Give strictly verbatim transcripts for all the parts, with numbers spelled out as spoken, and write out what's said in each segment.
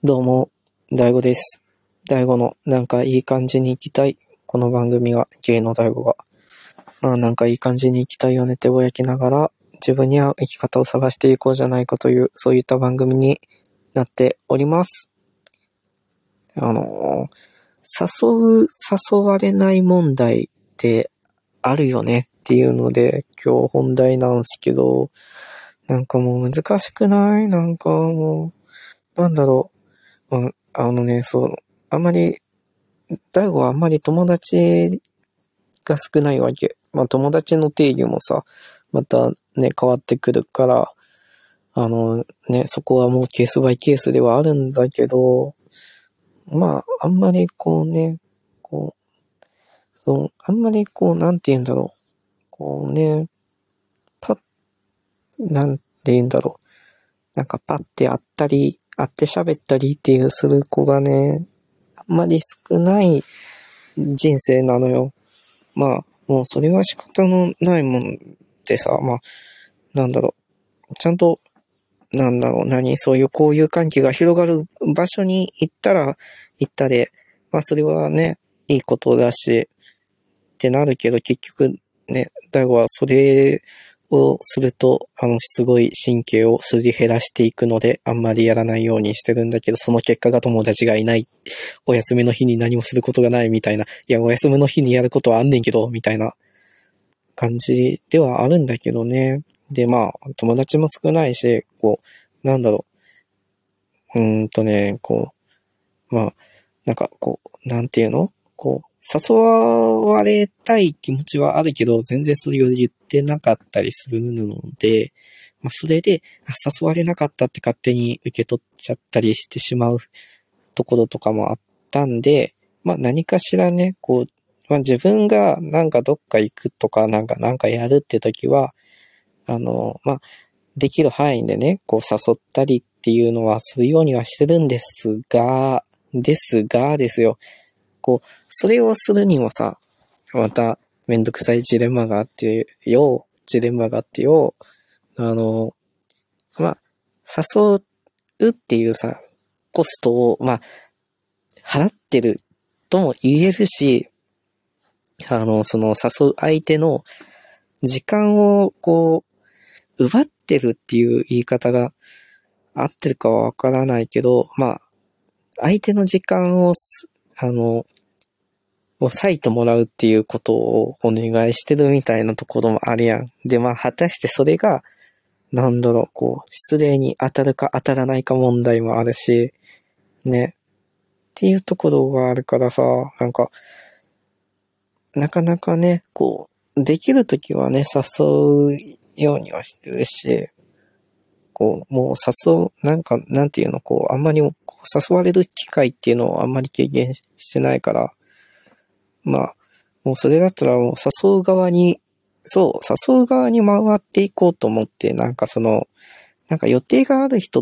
どうも、大悟です。大悟のなんかいい感じに生きたい。この番組はゲイの大悟が、まあなんかいい感じに生きたいよねってぼやきながら、自分に合う生き方を探していこうじゃないかという、そういった番組になっております。あのー、誘う、誘われない問題ってあるよねっていうので、今日本題なんですけど、なんかもう難しくないなんかもう、なんだろう。うん、あのね、そう、あんまり、大悟はあんまり友達が少ないわけ。まあ友達の定義もさ、またね、変わってくるから、あのね、そこはもうケースバイケースではあるんだけど、まあ、あんまりこうね、こう、そう、あんまりこう、なんて言うんだろう。こうね、パッ、なんて言うんだろう。なんかパッて会ったり、会って喋ったりっていうする子がね、あんまり少ない人生なのよ。まあ、もうそれは仕方のないもんでさ、まあ、なんだろう。ちゃんと、なんだろう、何、そういう交友関係が広がる場所に行ったら、行ったで、まあそれはね、いいことだし、ってなるけど、結局ね、大悟はそれをすると、あの、すごい神経をすり減らしていくので、あんまりやらないようにしてるんだけど、その結果が友達がいない。お休みの日に何もすることがないみたいな。いや、お休みの日にやることはあんねんけど、みたいな感じではあるんだけどね。で、まあ、友達も少ないし、こう、なんだろう。うーんとね、こう、まあ、なんかこう、なんていうのこう、誘われたい気持ちはあるけど、全然それを言ってなかったりするので、まあ、それで、誘われなかったって勝手に受け取っちゃったりしてしまうところとかもあったんで、まあ何かしらね、こう、まあ自分がなんかどっか行くとか、なんかなんかやるって時は、あの、まあ、できる範囲でね、こう誘ったりっていうのはするようにはしてるんですが、ですがですよ。こう、それをするにもさ、まためんどくさいジレンマがあってよ、ジレンマがあってよ、あの、まあ、誘うっていうさ、コストを、まあ、払ってるとも言えるし、あの、その誘う相手の時間をこう、奪ってるっていう言い方が合ってるかはわからないけど、まあ、相手の時間を、あの、を割いてもらうっていうことをお願いしてるみたいなところもあるやん。で、まあ、果たしてそれが、なんだろう、こう、失礼に当たるか当たらないか問題もあるし、ね。っていうところがあるからさ、なんか、なかなかね、こう、できるときはね、誘うようにはしてるし、こう、もう誘う、なんか、なんていうの、こう、あんまりこう誘われる機会っていうのをあんまり経験してないから、まあ、もうそれだったらもう誘う側に、そう、誘う側に回っていこうと思って、なんかその、なんか予定がある人って、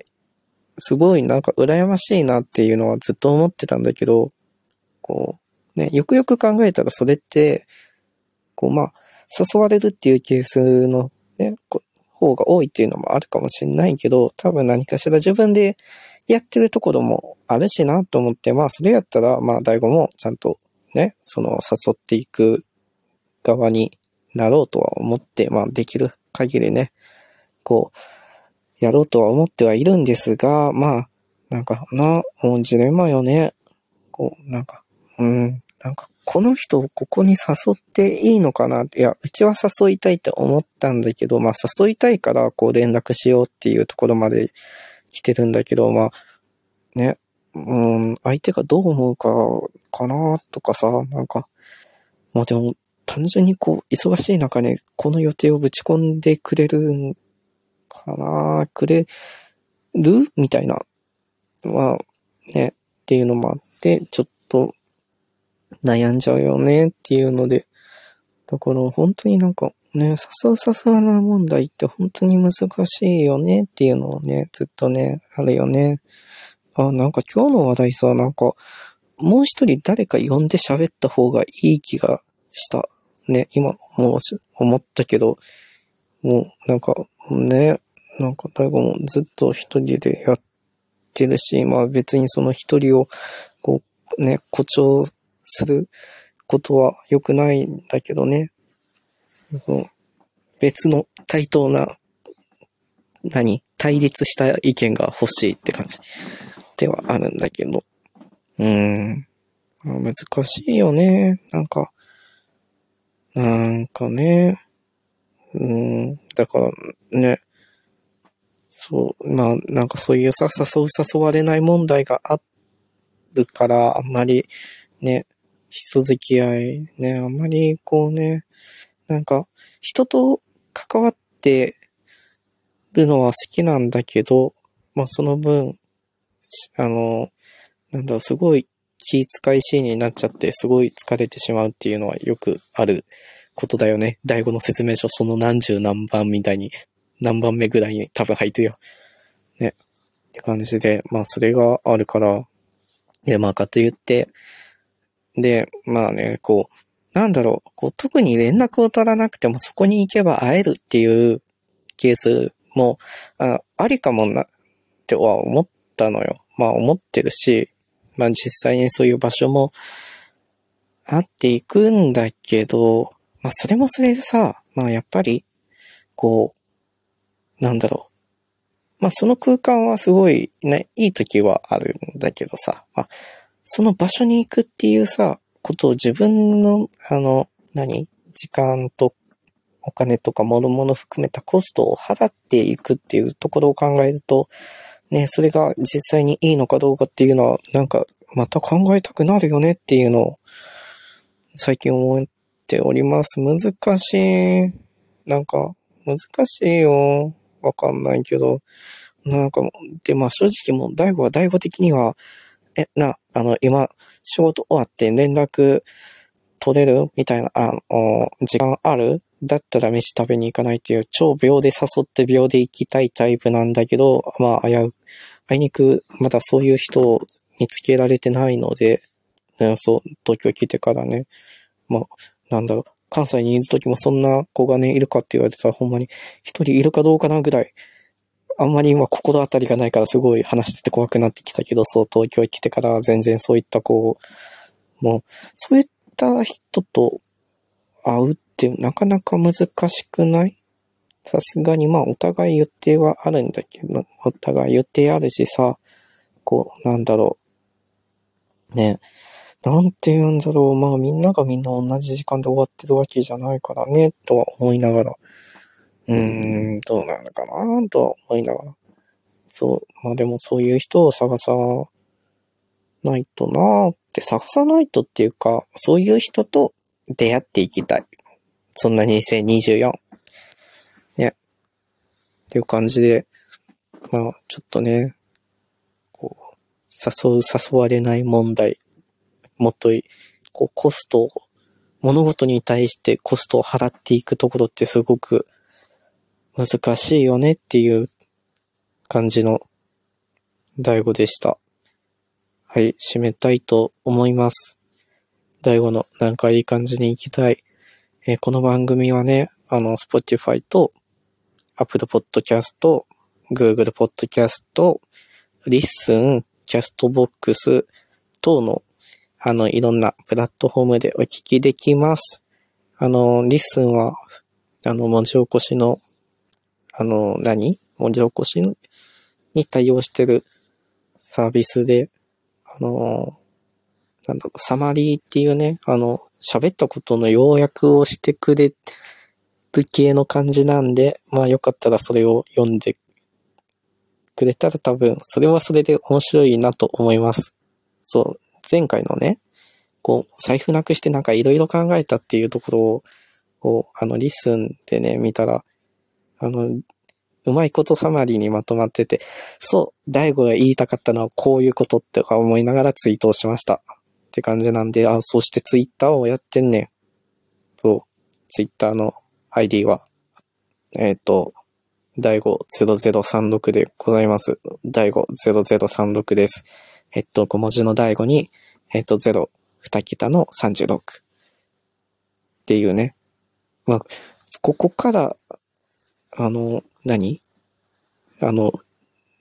すごいなんか羨ましいなっていうのはずっと思ってたんだけど、こう、ね、よくよく考えたらそれって、こう、まあ、誘われるっていうケースのね、方が多いっていうのもあるかもしれないけど、多分何かしら自分でやってるところもあるしなと思って、まあ、それやったら、まあ、大悟もちゃんとね、その誘っていく側になろうとは思って、まあ、できる限りね、こう、やろうとは思ってはいるんですが、まあ、なんかな、もうジレンマよね。こう、なんか、うん、なんか、この人をここに誘っていいのかなって、いや、うちは誘いたいって思ったんだけど、まあ、誘いたいから、こう、連絡しようっていうところまで来てるんだけど、まあ、ね、うん、相手がどう思うか、かなとかさ、なんか、まあでも、単純にこう、忙しい中ね、この予定をぶち込んでくれるんかな、くれるみたいな、まあ、ね、っていうのもあって、ちょっと、悩んじゃうよねっていうので、だから本当になんかね、誘う誘わない問題って本当に難しいよねっていうのをね、ずっとね、あるよね。あ、なんか今日の話題さ、なんかもう一人誰か呼んで喋った方がいい気がした。ね、今もう思ったけど、もうなんかね、なんか大悟もずっと一人でやってるし、まあ別にその一人をこうね、誇張することは良くないんだけどね。そう。別の対等な、何対立した意見が欲しいって感じではあるんだけど。うーん。難しいよね。なんか、なんかね。うーん。だからね。そう、まあなんかそういうさ、誘う誘われない問題があるから、あんまりね、人付き合いね、あんまりこうね、なんか人と関わってるのは好きなんだけど、まあその分、あの、なんだろう、すごい気遣いシーンになっちゃって、すごい疲れてしまうっていうのはよくあることだよね。第五の説明書、その何十何番みたいに、何番目ぐらいに多分入ってるよ。ね。って感じで、まあそれがあるから、で、まあかと言って、で、まあね、こう、なんだろう、こう特に連絡を取らなくてもそこに行けば会えるっていうケースも、あ、ありかもなっては思ったのよ。まあ思ってるし、まあ実際にそういう場所もあっていくんだけど、まあそれもそれでさ、まあやっぱり、こう、なんだろう。まあその空間はすごいね、いい時はあるんだけどさ、まあその場所に行くっていうさ、ことを自分の、あの、何時間とお金とか諸々含めたコストを払っていくっていうところを考えると、ね、それが実際にいいのかどうかっていうのは、なんか、また考えたくなるよねっていうのを、最近思っております。難しい。なんか、難しいよ。わかんないけど。なんか、で、まあ正直もう、大悟は大悟的には、え、な、あの、今、仕事終わって連絡取れるみたいな、あの、時間あるだったら飯食べに行かないっていう、超秒で誘って秒で行きたいタイプなんだけど、まあ、危う、あいにく、まだそういう人を見つけられてないので、ね、そう、東京来てからね、まあ、なんだろう、関西にいるときもそんな子がね、いるかって言われてたらほんまに一人いるかどうかなぐらい、あんまり今心当たりがないからすごい話してて怖くなってきたけど、そう、東京来てから全然そういった子、もう、そういった人と会うってなかなか難しくない？さすがにまあお互い予定はあるんだけど、お互い予定あるしさ、こう、なんだろう。ね。なんて言うんだろう。まあみんながみんな同じ時間で終わってるわけじゃないからね、とは思いながら。うーん、どうなのかな、とは思いながら。そう。まあでもそういう人を探さないとなーって探さないとっていうか、そういう人と出会っていきたい。そんなにせんにじゅうよん。ね。っていう感じで、まあちょっとね、こう、誘う誘われない問題。もっとい、こうコストを、物事に対してコストを払っていくところってすごく難しいよねっていう感じの第五でした。はい、締めたいと思います。第五のなんかいい感じに行きたい。えー、この番組はね、あの、Spotify と Apple Podcast、Google Podcast、Listen、Castbox 等のあの、いろんなプラットフォームでお聞きできます。あの、リッスンは、あの、文字起こしの、あの、何文字起こしに対応してるサービスで、あの、なんだろう、サマリーっていうね、あの、喋ったことの要約をしてくれる系の感じなんで、まあよかったらそれを読んでくれたら多分、それはそれで面白いなと思います。そう、前回のね、こう、財布なくしてなんかいろいろ考えたっていうところを、をあの、リスンでね、見たら、あの、うまいことサマリーにまとまってて、そう、大悟が言いたかったのはこういうことってか思いながらツイートをしました。って感じなんで、あ、そしてツイッターをやってんねん。そう、ツイッターの アイディー は、えっと、大悟ゼロゼロさんろくでございます。大悟ゼロゼロさんろくです。えっと、ご文字の大悟に、えっと、ゼロ、二桁のさんじゅうろく。っていうね。まあ、ここから、あの、何あの、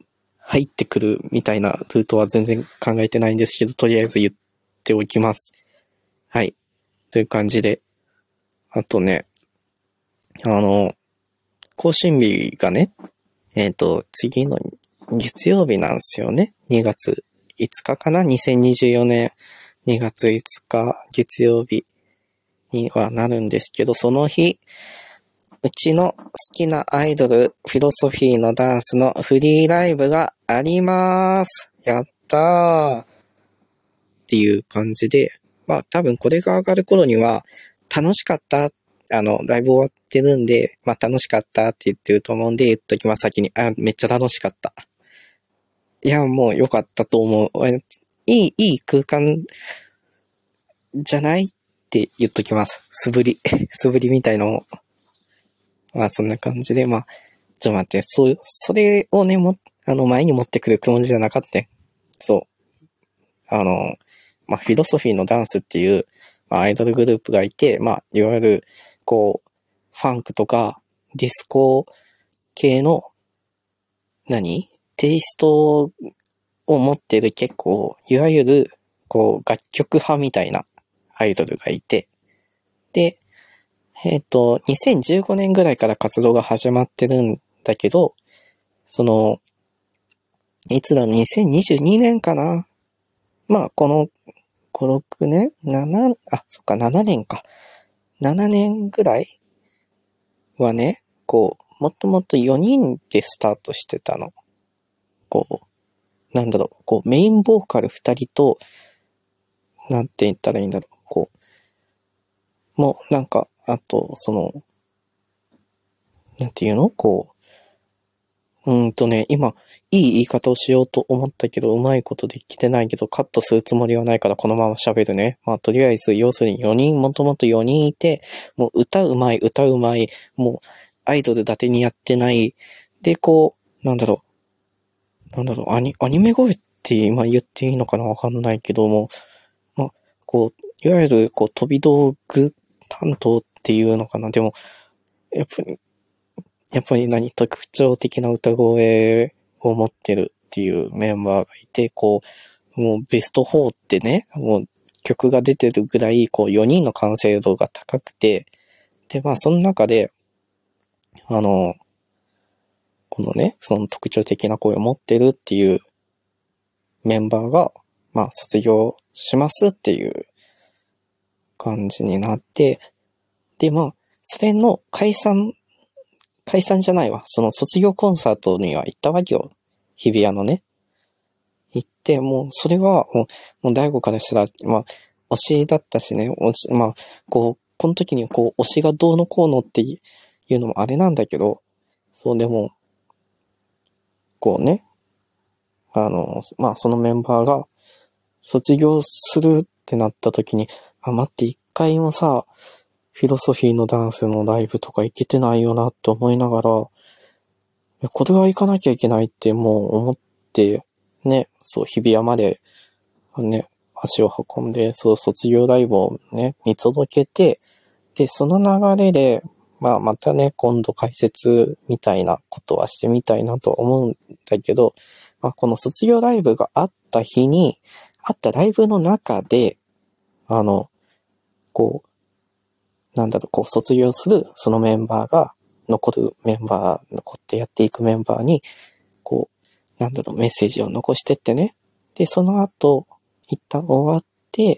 入ってくるみたいなルートは全然考えてないんですけど、とりあえず言っておきます。はい。という感じで。あとね、あの、更新日がね、えっと、次の月曜日なんですよね。にがついつかかな ?にせんにじゅうよねんにがついつか月曜日にはなるんですけど、その日、うちの好きなアイドル、フィロソフィーのダンスのフリーライブがあります。やったーっていう感じで、まあ多分これが上がる頃には楽しかった、あの、ライブ終わってるんで、まあ楽しかったって言ってると思うんで言っときます先に。あ、めっちゃ楽しかった。いや、もう良かったと思う。いい、いい空間じゃないって言っときます。素振り。素振りみたいのも。まあそんな感じで、まあ、ちょっと待って、そう、それをね、も、あの、前に持ってくるつもりじゃなかった。そう。あの、まあ、フィロソフィーのダンスっていう、まあ、アイドルグループがいて、まあ、いわゆる、こう、ファンクとか、ディスコ系の、何テイストを持ってる結構、いわゆる、こう、楽曲派みたいなアイドルがいて、で、えっと、にせんじゅうごねんぐらいから活動が始まってるんだけど、その、いつだろう、にせんにじゅうにねんかな。まあ、このご、ろくねん ?なな、あ、そっか、ななねんか。ななねんぐらいはね、こう、もっともっとよにんでスタートしてたの。こう、なんだろう、こう、メインボーカルふたりと、なんて言ったらいいんだろう、こう、もう、なんか、あと、その、なんていうのこう、うーんとね、今、いい言い方をしようと思ったけど、うまいことできてないけど、カットするつもりはないから、このまま喋るね。まあ、とりあえず、要するによにん、もともとよにんいて、もう歌うまい、歌うまい、もう、アイドル伊達にやってない。で、こう、なんだろう、なんだろう、アニ、アニメ声って今言っていいのかなわかんないけども、まあ、こう、いわゆる、こう、飛び道具担当っていうのかな。でも、やっぱり、やっぱり何、特徴的な歌声を持ってるっていうメンバーがいて、こう、もうベストよんってね、もう曲が出てるぐらい、こうよにんの完成度が高くて、で、まあその中で、あの、このね、その特徴的な声を持ってるっていうメンバーが、まあ卒業しますっていう感じになって、で、まあ、それの解散解散じゃないわ。その卒業コンサートには行ったわけよ。日比谷のね。行って、もう、それは、もう、もう大悟からしたら、まあ、推しだったしね、推し、まあ、こう、この時にこう、推しがどうのこうのっていうのもあれなんだけど、そう、でも、こうね、あの、まあ、そのメンバーが卒業するってなった時に、あ、待って、一回もさ、フィロソフィーのダンスのライブとか行けてないよなって思いながら、これは行かなきゃいけないってもう思って、ね、そう、日比谷まで、ね、足を運んで、そう、卒業ライブをね、見届けて、で、その流れで、まあ、またね、今度解説みたいなことはしてみたいなと思うんだけど、まあ、この卒業ライブがあった日に、あったライブの中で、あの、こう、なんだろう、こう、卒業する、そのメンバーが、残るメンバー、残ってやっていくメンバーに、こう、なんだろう、メッセージを残してってね。で、その後、一旦終わって、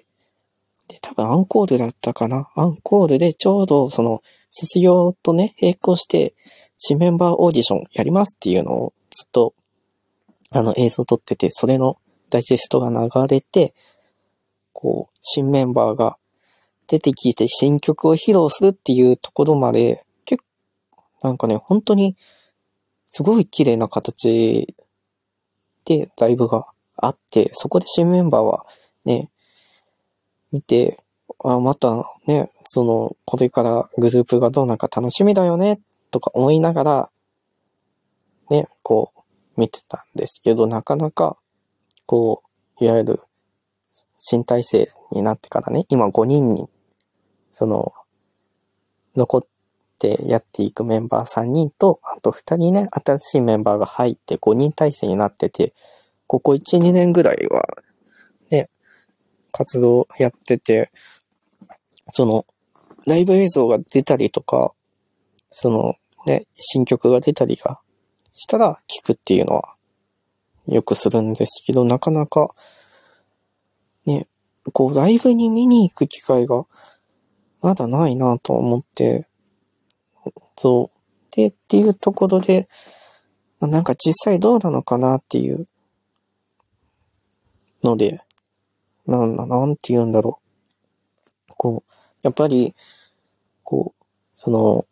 で、多分アンコールだったかな。アンコールでちょうど、その、卒業とね、並行して、新メンバーオーディションやりますっていうのをずっと、あの、映像撮ってて、それのダイジェストが流れて、こう、新メンバーが出てきて新曲を披露するっていうところまで、結構、なんかね、本当に、すごい綺麗な形でライブがあって、そこで新メンバーはね、見て、あ、またね、その、これからグループがどうなんか楽しみだよね、とか思いながら、ね、こう、見てたんですけど、なかなか、こう、いわゆる、新体制になってからね、今ごにんに、その、残っでやっていくメンバーさんにんと、あとふたりね、新しいメンバーが入ってごにん体制になってて、ここいち、にねんぐらいはね、活動やってて、その、ライブ映像が出たりとか、そのね、新曲が出たりがしたら聞くっていうのはよくするんですけど、なかなかね、こうライブに見に行く機会がまだないなと思って、そう。で、っていうところで、なんか実際どうなのかなっていうので、なんだ、なんて言うんだろう。こう、やっぱり、こう、その、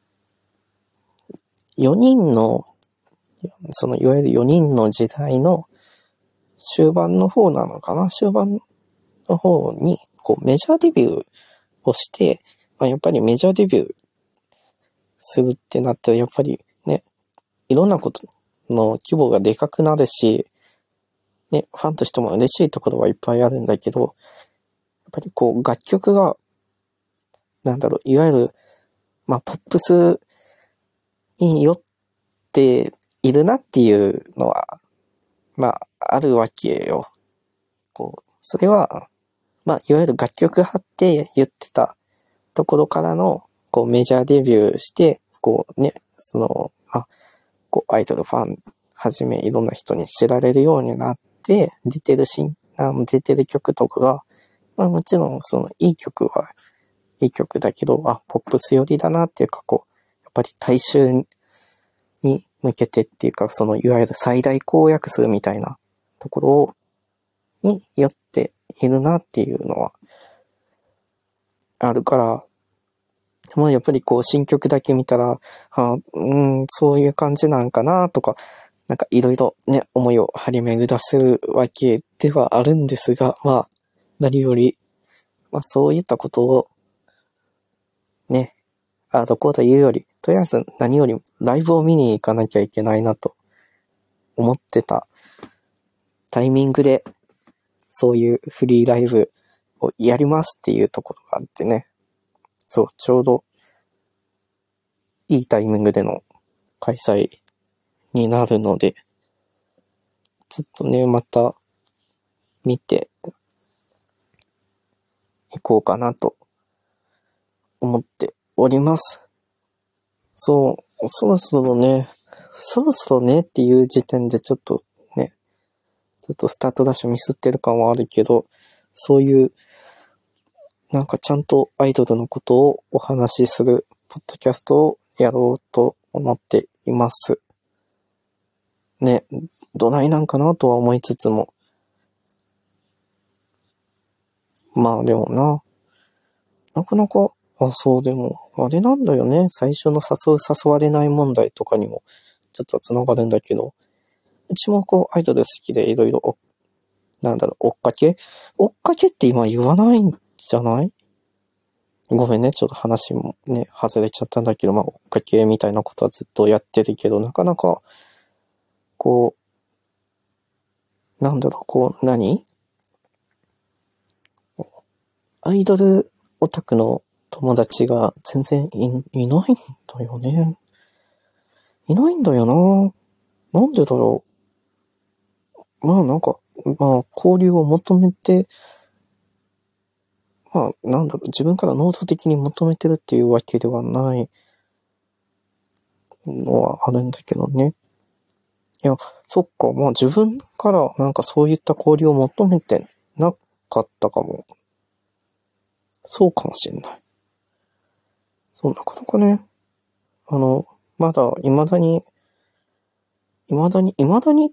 よにんの、そのいわゆるよにんの時代の終盤の方なのかな、終盤の方に、こうメジャーデビューをして、まあ、やっぱりメジャーデビューするってなったら、やっぱりね、いろんなことの規模がでかくなるし、ね、ファンとしても嬉しいところはいっぱいあるんだけど、やっぱりこう楽曲が、なんだろう、いわゆる、まあ、ポップスによっているなっていうのは、まあ、あるわけよ。こう、それは、まあ、いわゆる楽曲派って言ってたところからの、こう、メジャーデビューして、こうね、その、あ、こう、アイドルファンはじめいろんな人に知られるようになって、出てるシーン、あの出てる曲とかが、まあもちろんそのいい曲はいい曲だけど、あ、ポップス寄りだなっていうか、こう、やっぱり大衆に向けてっていうか、そのいわゆる最大公約数みたいなところによっているなっていうのはあるから、まあやっぱりこう新曲だけ見たら、あ、うん、そういう感じなんかなとか、なんかいろいろね、思いを張り巡らせるわけではあるんですが、まあ、何より、まあそういったことを、ね、あどこうと言うより、とりあえず何よりライブを見に行かなきゃいけないなと思ってたタイミングで、そういうフリーライブをやりますっていうところがあってね、そう、ちょうどいいタイミングでの開催になるので、ちょっとね、また見ていこうかなと思っております。そう、そろそろね、そろそろねっていう時点でちょっとね、ちょっとスタートダッシュミスってる感はあるけど、そういう、なんかちゃんとアイドルのことをお話しするポッドキャストをやろうと思っています。ね、どないなんかなとは思いつつも。まあでもな、なかなか、あ、そうでも、あれなんだよね。最初の誘う誘われない問題とかにもちょっと繋がるんだけど、うちもこうアイドル好きでいろいろ、なんだろう、追っかけ追っかけって今言わないんじゃない？ごめんね、ちょっと話もね、外れちゃったんだけど、まあ、追っかけみたいなことはずっとやってるけど、なかなか、こう、なんだろう、こう、何？アイドルオタクの友達が全然い、いないんだよね。いないんだよな。なんでだろう。まあなんか、まあ交流を求めて、まあなんだろう、自分から能動的に求めてるっていうわけではないのはあるんだけどね。いや、そっか、まあ自分からなんかそういった交流を求めてなかったかも。そうかもしれない。そう、なかなかね、あの、まだ未だに、未だに、未だにって、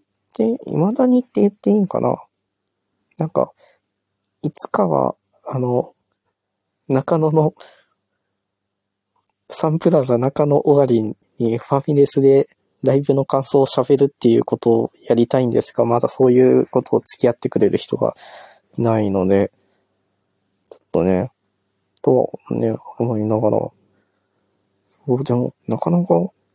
未だにって言っていいんかな。なんか、いつかは、あの、中野の、サンプラザ中野終わりにファミレスでライブの感想を喋るっていうことをやりたいんですが、まだそういうことを付き合ってくれる人がいないので、ちょっとね、とはね、思いながら、そう、でも、なかなか、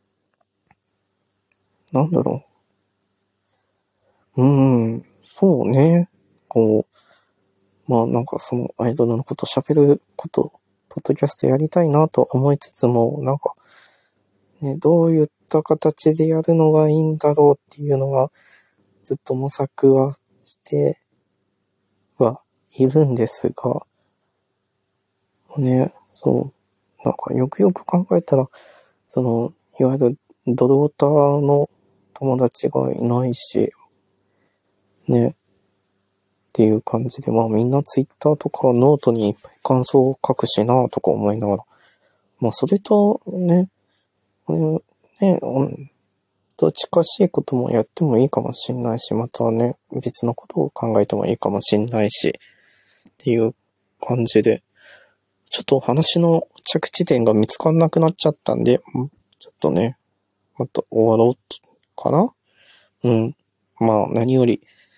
なんだろう。うーん、そうね。こう、まあなんかそのアイドルのこと喋ることポッドキャストやりたいなと思いつつも、なんか、ね、どういった形でやるのがいいんだろうっていうのは、ずっと模索はしてはいるんですが、ね、そう、なんかよくよく考えたら、その、いわゆるドルオタの友達がいないし、ね、っていう感じで、まあみんなツイッターとかノートにいっぱい感想を書くしなとか思いながら、まあそれとね、ね、と近しいこともやってもいいかもしんないし、またね、別のことを考えてもいいかもしんないし、っていう感じで、ちょっと話の着地点が見つかんなくなっちゃったんで、ちょっとね、また終わろうかな？うん。まあ何より、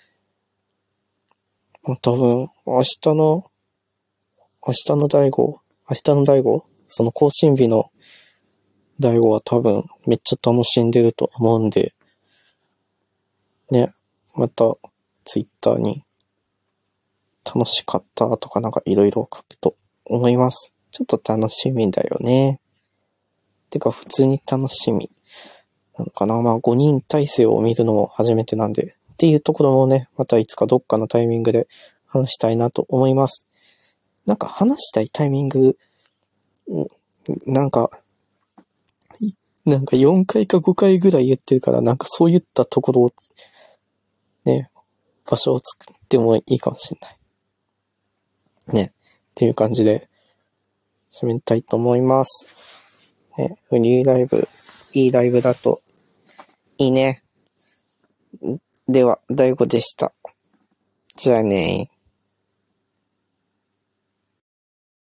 まあ、多分、明日の、明日の大悟、明日の大悟、その更新日の大悟は多分めっちゃ楽しんでると思うんで、ね、またツイッターに楽しかったとかなんかいろいろ書くと思います。ちょっと楽しみだよね。てか普通に楽しみなのかな。まあごにん体制を見るのも初めてなんで、っていうところもね、またいつかどっかのタイミングで話したいなと思います。なんか話したいタイミング、なんか、なんかよんかいかごかいぐらい言ってるから、なんかそういったところを、ね、場所を作ってもいいかもしれない。ね、っていう感じで、締めたいと思います。ね、フリーライブ、いいライブだと、いいね。では、大悟でした。じゃあねー。